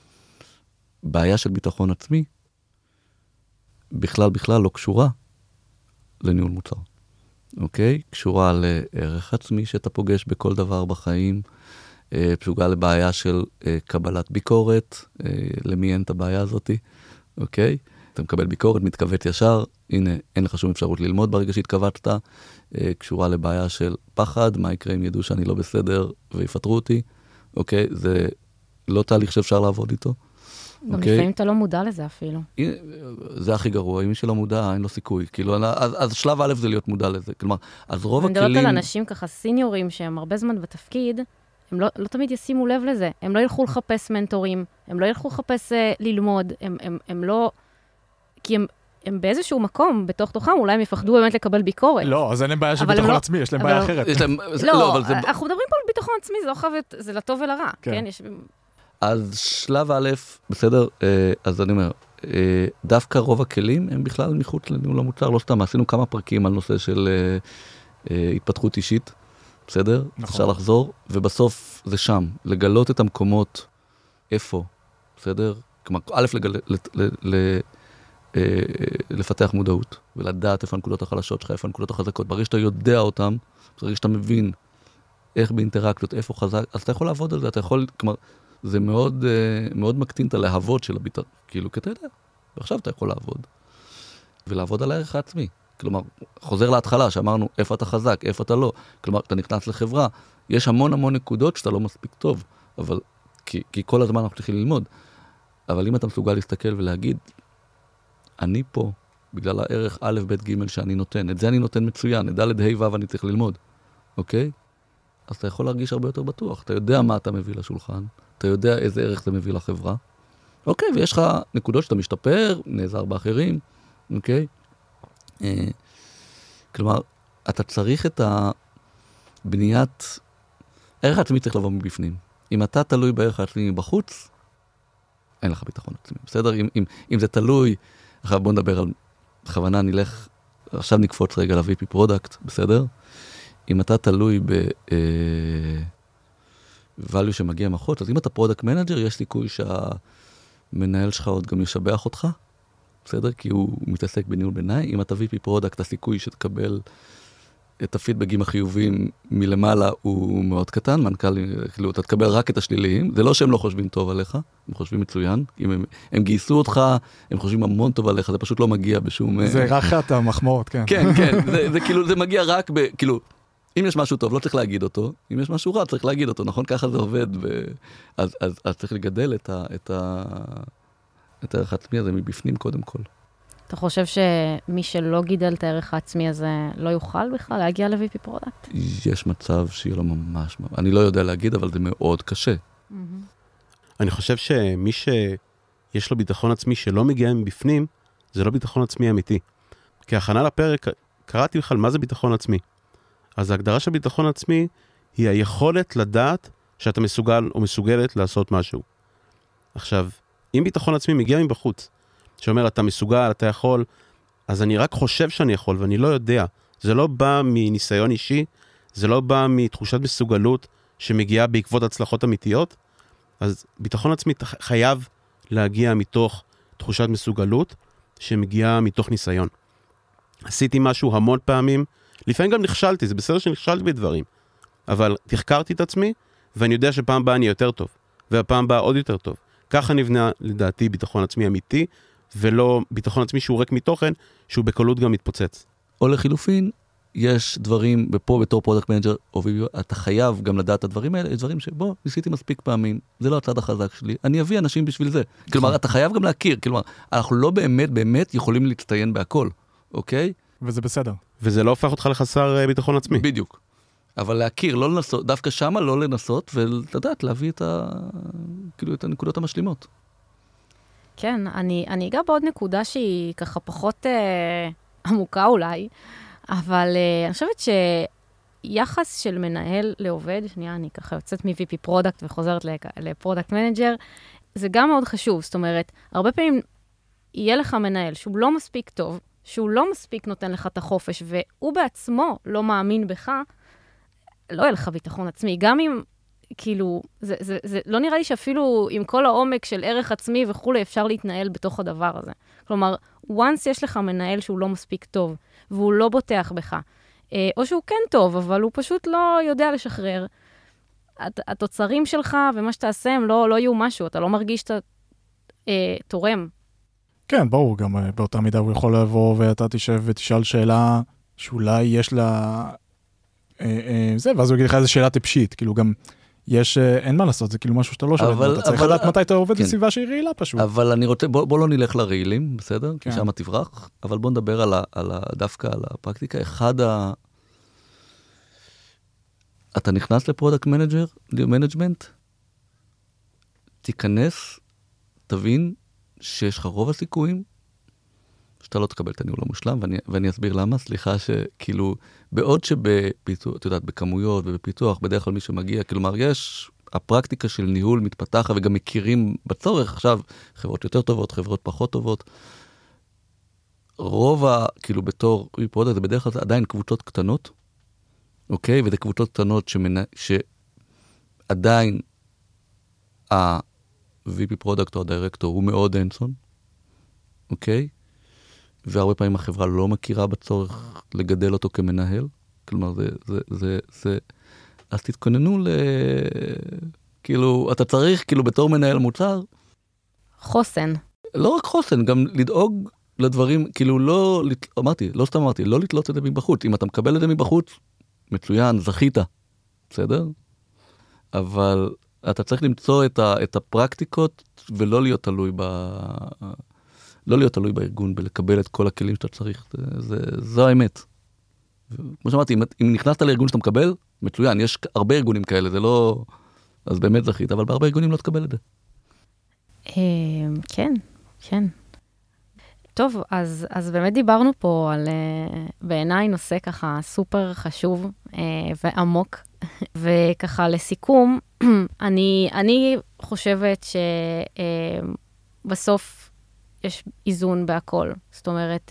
בעיה של ביטחון עצמי בכלל לא קשורה לניהול מוצר. אוקיי? קשורה לערך עצמי שאתה פוגש בכל דבר בחיים, פשוגה לבעיה של קבלת ביקורת, למי אין את הבעיה הזאת, אוקיי? אתה מקבל ביקורת, מתכוות ישר, הנה, אין לך שום אפשרות ללמוד ברגע שהתכווצת, קשורה לבעיה של פחד, מה יקרה אם ידעו שאני לא בסדר ויפטרו אותי, אוקיי? זה לא תהליך שאפשר לעבוד איתו. גם לפעמים אתה לא מודע לזה אפילו. זה הכי גרוע, אם מי שלא מודע, אין לו סיכוי. כאילו, אז שלב א' זה להיות מודע לזה. כלומר, אז רוב הכלים... אני מדברת על אנשים ככה סיניורים שהם הרבה זמן בתפקיד, הם לא תמיד ישימו לב לזה. הם לא ילכו לחפש מנטורים, הם לא ילכו לחפש ללמוד, הם לא... כי הם באיזשהו מקום, בתוך תוכם, אולי הם יפחדו באמת לקבל ביקורת. לא, אז אין להם בעיה של ביטחון עצמי, יש להם בעיה אחרת. לא, אנחנו מדברים פה על ביטחון עצמי, זה לא חייבת, זה לטוב ולרע, כן? אז שלב א', בסדר, אז אני אומר, דווקא רוב הכלים הם בכלל מחוץ לניהול המוצר, לא סתם, עשינו כמה פרקים על נושא של התפתחות אישית, בסדר? אפשר לחזור, ובסוף זה שם, לגלות את המקומות, איפה, בסדר? כלומר, א', לפתח מודעות, ולדעת איפה הנקודות החלשות שלך, איפה הנקודות החזקות. ברגע שאתה יודע אותם, ברגע שאתה מבין איך באינטראקציות, איפה חזק, אז אתה יכול לעבוד על זה, אתה יכול, כלומר, זה מאוד, מאוד מקטין את הלהבות של הביטחון, כאילו, כי אתה יודע, ועכשיו אתה יכול לעבוד, ולעבוד על הערך העצמי. כלומר, חוזר להתחלה, שאמרנו, איפה אתה חזק, איפה אתה לא. כלומר, אתה נכנס לחברה, יש המון נקודות שאתה לא מספיק טוב, אבל, כי כל הזמן אנחנו צריכים ללמוד. אבל אם אתה מסוגל להסתכל ולהגיד, אני פה, בגלל הערך א', ב', ג' שאני נותן, את זה אני נותן מצוין, את ד', ה', ו' אני צריך ללמוד, אוקיי? אז אתה יכול להרגיש הרבה יותר בטוח, אתה יודע מה אתה מביא לשולחן, אתה יודע איזה ערך זה מביא לחברה, אוקיי, ויש לך נקודות שאתה משתפר, נעזר באחרים, אוקיי? כלומר, אתה צריך את הבניית, הערך העצמי צריך לבוא מבפנים. אם אתה תלוי בערך העצמי בחוץ, אין לך ביטחון עצמי, בסדר? אם זה תלוי, עכשיו בוא נדבר על, בכוונה נלך, עכשיו נקפוץ רגע ל-VP פרודקט, בסדר? אם אתה תלוי ב-value שמגיע מחוץ, אז אם אתה פרודקט מנג'ר, יש סיכוי שהמנהל שלך עוד גם ישבח אותך, בסדר? כי הוא מתעסק בניהול ביניים. אם אתה VP פרודקט, הסיכוי שתקבל את הפידבקים החיוביים מלמעלה הוא מאוד קטן, מנכ"ל, כאילו, אתה תקבל רק את השליליים, זה לא שהם לא חושבים טוב עליך, הם חושבים מצוין, אם הם גייסו אותך, הם חושבים המון טוב עליך, זה פשוט לא מגיע בשום... זה רחת המחמאות, כן. כן, זה כאילו, זה מגיע רק כאילו, אם יש משהו טוב, לא צריך להגיד אותו, אם יש משהו רע, צריך להגיד אותו, נכון? ככה זה עובד, אז צריך לגדל את הערך העצמי הזה מבפנים קודם כל. אתה חושב שמי שלא גידל את הערך העצמי הזה לא יוכל בכלל להגיע ל-VP פרודקט? יש מצב שיהיה לו ממש, אני לא יודע להגיד, אבל זה מאוד קשה. אני חושב שמי שיש לו ביטחון עצמי שלא מגיע מבפנים, זה לא ביטחון עצמי אמיתי. כהכנה לפרק, קראתי בכלל מה זה ביטחון עצמי. אז ההגדרה של ביטחון עצמי היא היכולת לדעת שאתה מסוגל או מסוגלת לעשות משהו. עכשיו, אם ביטחון עצמי מגיע מבחוץ, שאומר, אתה מסוגל, אתה יכול, אז אני רק חושב שאני יכול, ואני לא יודע. זה לא בא מניסיון אישי, זה לא בא מתחושת מסוגלות שמגיעה בעקבות הצלחות אמיתיות, אז ביטחון עצמי חייב להגיע מתוך תחושת מסוגלות, שמגיעה מתוך ניסיון. עשיתי משהו המון פעמים, לפעמים גם נכשלתי, זה בסדר שנכשלתי בדברים, אבל תחקרתי את עצמי, ואני יודע שפעם באה אני יותר טוב, והפעם באה עוד יותר טוב. ככה נבנה, לדעתי, ביטחון עצמי אמיתי, ולא ביטחון עצמי שהוא ריק מתוכן, שהוא בקלות גם מתפוצץ. או לחילופין, יש דברים, ופה בתור פרודקט מנג'ר, אתה חייב גם לדעת את הדברים האלה, יש דברים שבוא, ניסיתי מספיק פעמים, זה לא הצד החזק שלי, אני אביא אנשים בשביל זה. כלומר, אתה חייב גם להכיר, כלומר, אנחנו לא באמת יכולים להצטיין בהכל, אוקיי? וזה בסדר. וזה לא הופך אותך לחסר ביטחון עצמי. בדיוק. אבל להכיר, לא לנסות, דווקא שמה לא לנסות, ולדעת להביא כאילו, את הנקודות המשלימות. כן, אני אגע בעוד נקודה שהיא ככה פחות עמוקה אולי, אבל אני חושבת שיחס של מנהל לעובד, שנייה, אני ככה יוצאת מ-VP פרודקט וחוזרת לפרודקט מנג'ר, זה גם מאוד חשוב, זאת אומרת, הרבה פעמים יהיה לך מנהל שהוא לא מספיק טוב, שהוא לא מספיק נותן לך את החופש, והוא בעצמו לא מאמין בך, לא יהיה לך ביטחון עצמי, גם אם כאילו, זה לא נראה לי שאפילו עם כל העומק של ערך עצמי וכולי, אפשר להתנהל בתוך הדבר הזה. כלומר, once יש לך מנהל שהוא לא מספיק טוב, והוא לא בוטח בך. או שהוא כן טוב, אבל הוא פשוט לא יודע לשחרר. התוצרים שלך ומה שתעשה הם לא יהיו משהו, אתה לא מרגיש שאתה תורם. כן, ברור, גם באותה מידה הוא יכול לבוא ואתה תשב ותשאל שאלה שאולי יש לה זה, ואז הוא יגיד לך איזו שאלה טיפשית, כאילו גם יש, אין מה לעשות, זה כאילו משהו שאתה לא שואל, אתה צריך לדעת מתי אתה עובד בסביבה שהיא רעילה פשוט. אבל אני רוצה, בוא לא נלך לרעילים, בסדר? כי שם תברח, אבל בוא נדבר דווקא על הפרקטיקה. אתה נכנס לפרודקט מנג'מנט, תיכנס, תבין שיש לך רוב הסיכויים, שאתה לא תקבל את הניהול המושלם, ואני אסביר למה, סליחה שכאילו, בעוד שבפיתוח, את יודעת, בכמויות ובפיתוח, בדרך כלל מי שמגיע, כלומר, יש הפרקטיקה של ניהול מתפתחה, וגם מכירים בצורך, עכשיו, חברות יותר טובות, חברות פחות טובות, רוב כאילו בתור פרודקט, זה בדרך כלל זה עדיין קבוצות קטנות, אוקיי? וזה קבוצות קטנות שעדיין ה-VP פרודקט או הדירקטור הוא מאוד אנסון, אוקיי? והרבה פעמים החברה לא מכירה בצורך לגדל אותו כמנהל, כלומר זה, אז תתכוננו כאילו, אתה צריך כאילו בתור מנהל מוצר, חוסן. לא רק חוסן, גם לדאוג לדברים, כאילו לא סתם אמרתי, לא לתלות את זה מבחוץ, אם אתה מקבל את זה מבחוץ, מצוין, זכית, בסדר? אבל אתה צריך למצוא את הפרקטיקות ולא להיות תלוי לא להיות תלוי בארגון, בלקבל את כל הכלים שאתה צריך, זו האמת. כמו שאמרתי, אם נכנסת לארגון שאתה מקבל, מצוין, יש הרבה ארגונים כאלה, זה לא, אז באמת זכית, אבל בהרבה ארגונים לא תקבל את זה. כן, כן. טוב, אז באמת דיברנו פה על, בעיניי נושא ככה סופר חשוב ועמוק, וככה לסיכום, אני חושבת שבסוף יש איזון בהכל. זאת אומרת,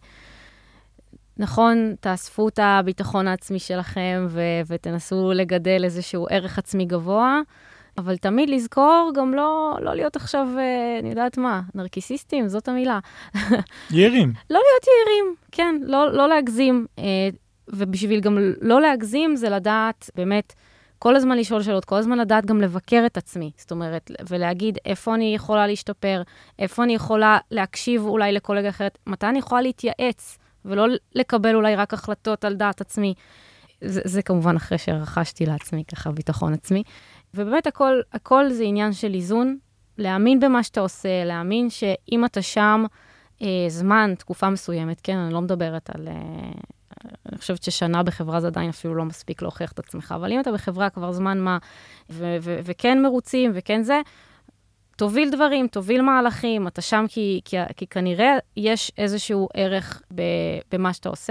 נכון, תאספו את הביטחון העצמי שלכם ותנסו לגדל איזשהו ערך עצמי גבוה, אבל תמיד לזכור גם לא להיות עכשיו, אני יודעת מה, נרקיסיסטים, זאת המילה. יעירים. לא להיות יעירים, כן, לא להגזים. ובשביל גם לא להגזים זה לדעת באמת כל הזמן לשאול שאלות, כל הזמן לדעת גם לבקר את עצמי. זאת אומרת, ולהגיד איפה אני יכולה להשתפר, איפה אני יכולה להקשיב אולי לקולגה אחרת, מתי אני יכולה להתייעץ, ולא לקבל אולי רק החלטות על דעת עצמי. זה כמובן אחרי שרכשתי לעצמי ככה ביטחון עצמי. ובאמת הכל זה עניין של איזון, להאמין במה שאתה עושה, להאמין שאם אתה שם זמן, תקופה מסוימת, כן, אני לא מדברת על, אני חושבת ששנה בחברה זה עדיין אפילו לא מספיק להוכיח את עצמך, אבל אם אתה בחברה כבר זמן מה, וכן מרוצים וכן זה, תוביל דברים, תוביל מהלכים, אתה שם כי כנראה יש איזשהו ערך במה שאתה עושה,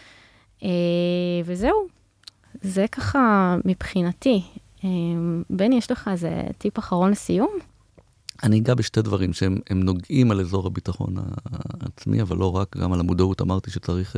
וזהו, זה ככה מבחינתי. בני, יש לך איזה טיפ אחרון לסיום? אני אגע בשתי דברים שהם נוגעים על אזור הביטחון העצמי, אבל לא רק, גם על המודעות. אמרתי שצריך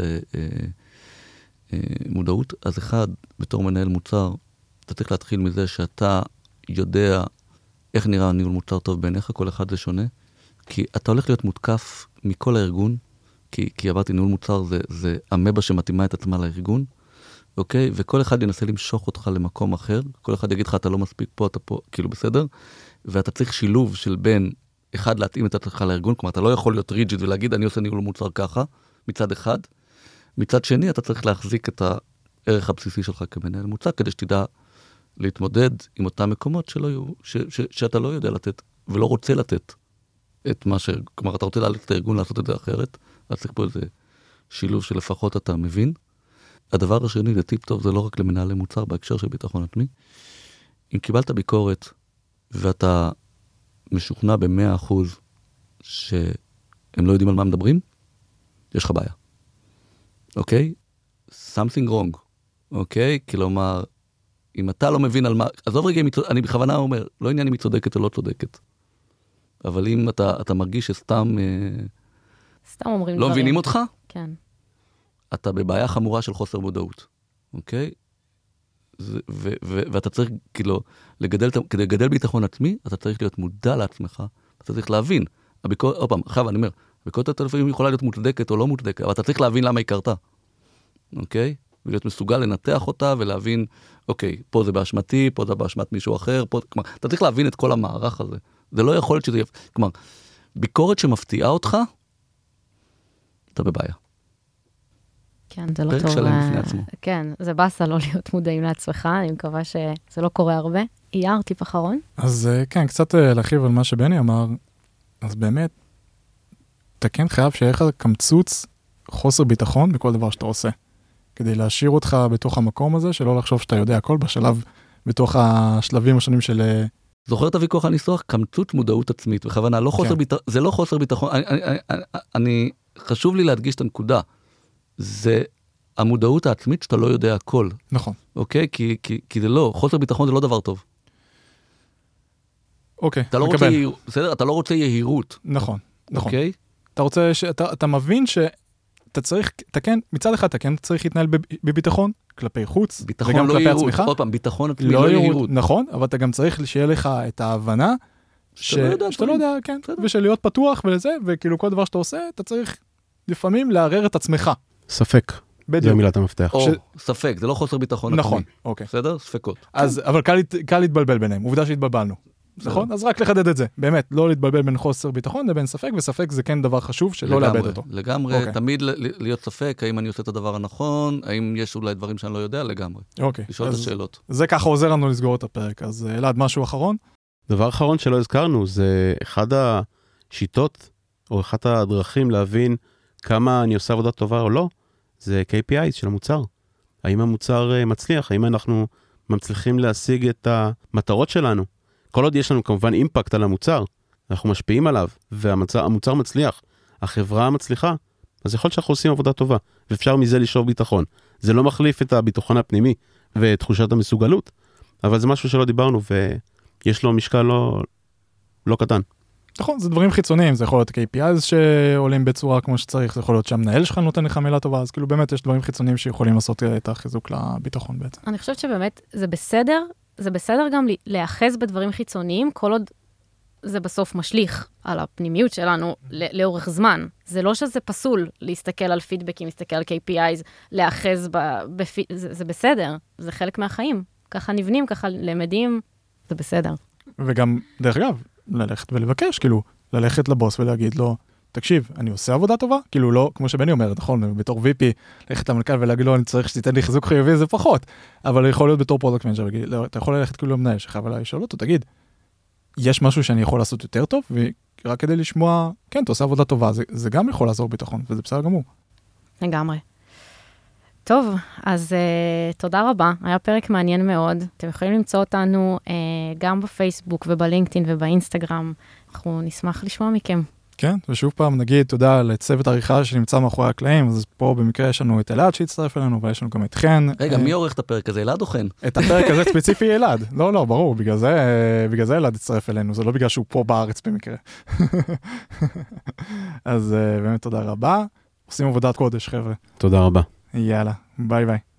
מודעות. אז אחד, בתור מנהל מוצר, אתה צריך להתחיל מזה שאתה יודע איך נראה ניהול מוצר טוב בעיניך, כל אחד זה שונה, כי אתה הולך להיות מותקף מכל הארגון, כי אמרתי, ניהול מוצר זה המבה שמתאימה את עצמה לארגון, אוקיי? וכל אחד ינסה למשוך אותך למקום אחר, כל אחד יגיד לך, אתה לא מספיק פה, אתה פה, כאילו בסדר, ואתה צריך שילוב של בין אחד להתאים את עצמך לארגון, כלומר, אתה לא יכול להיות ריג'יד ולהגיד, אני עושה ניהול מוצר ככה, מצד אחד, מצד שני, אתה צריך להחזיק את הערך הבסיסי שלך כמנהל מוצר, כדי שתדע להתמודד עם אותם מקומות שאתה לא יודע לתת, ולא רוצה לתת את מה כלומר, אתה רוצה להעלות את הארגון לעשות את זה אחרת, אז צריך פה איזה שילוב שלפחות אתה מבין. הדבר השני, זה טיפ טוב, זה לא רק למנהלי מוצר בהקשר של ביטחון עצמי. אם קיבלת ביקורת, ואתה משוכנע ב100% שהם לא יודעים על מה מדברים, יש לך בעיה. אוקיי? Something wrong. אוקיי? כלומר, אם אתה לא מבין על מה, עזוב רגע, אני בכוונה אומר, לא עניין אם היא צודקת או לא צודקת. אבל אם אתה מרגיש שסתם סתם אומרים לא מבינים אותך, כן. אתה בבעיה חמורה של חוסר מודעות. אוקיי? ואתה צריך, כאילו, כדי לגדל ביטחון עצמי, אתה צריך להיות מודע לעצמך, אתה צריך להבין. עוד פעם, עכשיו אני אומר, וכל טעות לפעמים יכולה להיות מוצדקת או לא מוצדקת, אבל אתה צריך להבין למה היא קרתה, אוקיי? ולהיות מסוגל לנתח אותה ולהבין, אוקיי, פה זה באשמתי, פה זה באשמת מישהו אחר, פה, כלומר, אתה צריך להבין את כל המערך הזה. זה לא יכול להיות שזה יהיה, כלומר, ביקורת שמפתיעה אותך, אתה בבעיה. כן, זה לא פרק טוב. שלם בפני עצמו. כן, זה באסה לא להיות מודעים לעצמך, אני מקווה שזה לא קורה הרבה. אייר, טיפ אחרון? אז כן, קצת להרחיב על מה שבני אמר, אז באמת, אתה כן חייב שיהיה לך קמצוץ חוסר ביטחון בכל דבר שאתה עושה, כדי להשאיר אותך בתוך המקום הזה, שלא לחשוב שאתה יודע הכל בשלב, בתוך השלבים השונים של... זוכר את הוויכוח הניסוח? קמצוץ מודעות עצמית, בכוונה, לא חוסר ביטחון, זה לא חוסר ביטחון, חשוב לי להדגיש את הנקודה, זה המודעות העצמית שאתה לא יודע הכל. נכון. אוקיי? כי זה לא, חוסר ביטחון זה לא דבר טוב. אוקיי, מקבל. בסדר? אתה לא רוצה יהירות. נכון, נכון. אוקיי? אתה רוצה, אתה מבין שאתה צריך, אתה כן, מצד אחד אתה כן צריך להתנהל בביטחון, כלפי חוץ, ביטחון לא יהירות. עוד פעם, ביטחון עצמי לא יהירות. נכון, אבל אתה גם צריך שיהיה לך את ההבנה, שאתה לא יודע, כן, ושלהיות פתוח ולזה, וכאילו כל דבר שאתה עושה, אתה צריך לפעמים לערער את עצמך. ספק. זה מילת המפתח. ספק, זה לא חוסר ביטחון עצמי. נכון, אוקיי. בסדר? ספקות. אבל קל להתבלבל ביניהם, עובדה שהתבלבלנו. נכון? אז רק לחדד את זה. באמת, לא להתבלבל בין חוסר ביטחון לבין ספק, וספק זה כן דבר חשוב שלא לאבד אותו. לגמרי, תמיד להיות ספק, האם אני עושה את הדבר הנכון, האם יש אולי דברים שאני לא יודע, לגמרי. אוקיי. לשאול את השאלות. זה ככה עוזר לנו לסגור את הפרק. אז אלעד, משהו אחרון? דבר אחרון שלא הזכרנו, זה אחד השיטות, או אחת הדרכים להבין כמה אני עושה עבודה טובה או לא, זה KPI של המוצר. האם המוצר מצליח? האם אנחנו מצליחים להשיג את המטרות שלנו? כל עוד יש לנו כמובן אימפקט על המוצר, אנחנו משפיעים עליו, והמוצר מצליח, החברה מצליחה, אז יכול להיות שאנחנו עושים עבודה טובה, ואפשר מזה לשאוב ביטחון. זה לא מחליף את הביטחון הפנימי ותחושת המסוגלות, אבל זה משהו שלא דיברנו, ויש לו משקל לא קטן. נכון, זה דברים חיצוניים, זה יכול להיות KPIs שעולים בצורה כמו שצריך, זה יכול להיות שהמנהל שלך נותן לך מילה טובה, אז כאילו באמת יש דברים חיצוניים שיכולים לעשות את החיזוק לביטחון בעצם. אני חושבת שבאמת זה בסדר גם להיאחז בדברים חיצוניים, כל עוד זה בסוף משליך על הפנימיות שלנו לאורך זמן. זה לא שזה פסול להסתכל על פידבקים, להסתכל על KPIs, להיאחז זה בסדר, זה חלק מהחיים. ככה נבנים, ככה למדים, זה בסדר. וגם, דרך אגב, ללכת ולבקש, כאילו, ללכת לבוס ולהגיד לו, תקשיב, אני עושה עבודה טובה? כאילו לא, כמו שבני אומר, נכון, בתור VP, ללכת למנכ"ל ולהגיד לו, אני צריך שתיתן לי חיזוק חיובי, זה פחות. אבל יכול להיות בתור פרודקט מנג'ר, אתה יכול ללכת כאילו למנהל שלך, אבל לשאול אותו, תגיד, יש משהו שאני יכול לעשות יותר טוב? ורק כדי לשמוע, כן, אתה עושה עבודה טובה, זה גם יכול לעזור ביטחון, וזה בסדר גמור. לגמרי. טוב, אז תודה רבה, היה פרק מעניין מאוד. אתם יכולים למצוא אותנו גם בפייסבוק ובלינקדאין ובאינסטגרם. אנחנו נשמח לשמוע מכם. כן, ושוב פעם נגיד תודה לצוות העריכה שנמצא מאחורי הקלעים, אז פה במקרה יש לנו את אלעד שהצטרף אלינו, ויש לנו גם את חן. רגע, מי עורך את הפרק הזה, אלעד או חן? את הפרק הזה ספציפי אלעד. לא, ברור, בגלל זה אלעד הצטרף אלינו, זה לא בגלל שהוא פה בארץ במקרה. אז באמת תודה רבה, עושים עבודת קודש חבר'ה. תודה רבה. יאללה, ביי ביי.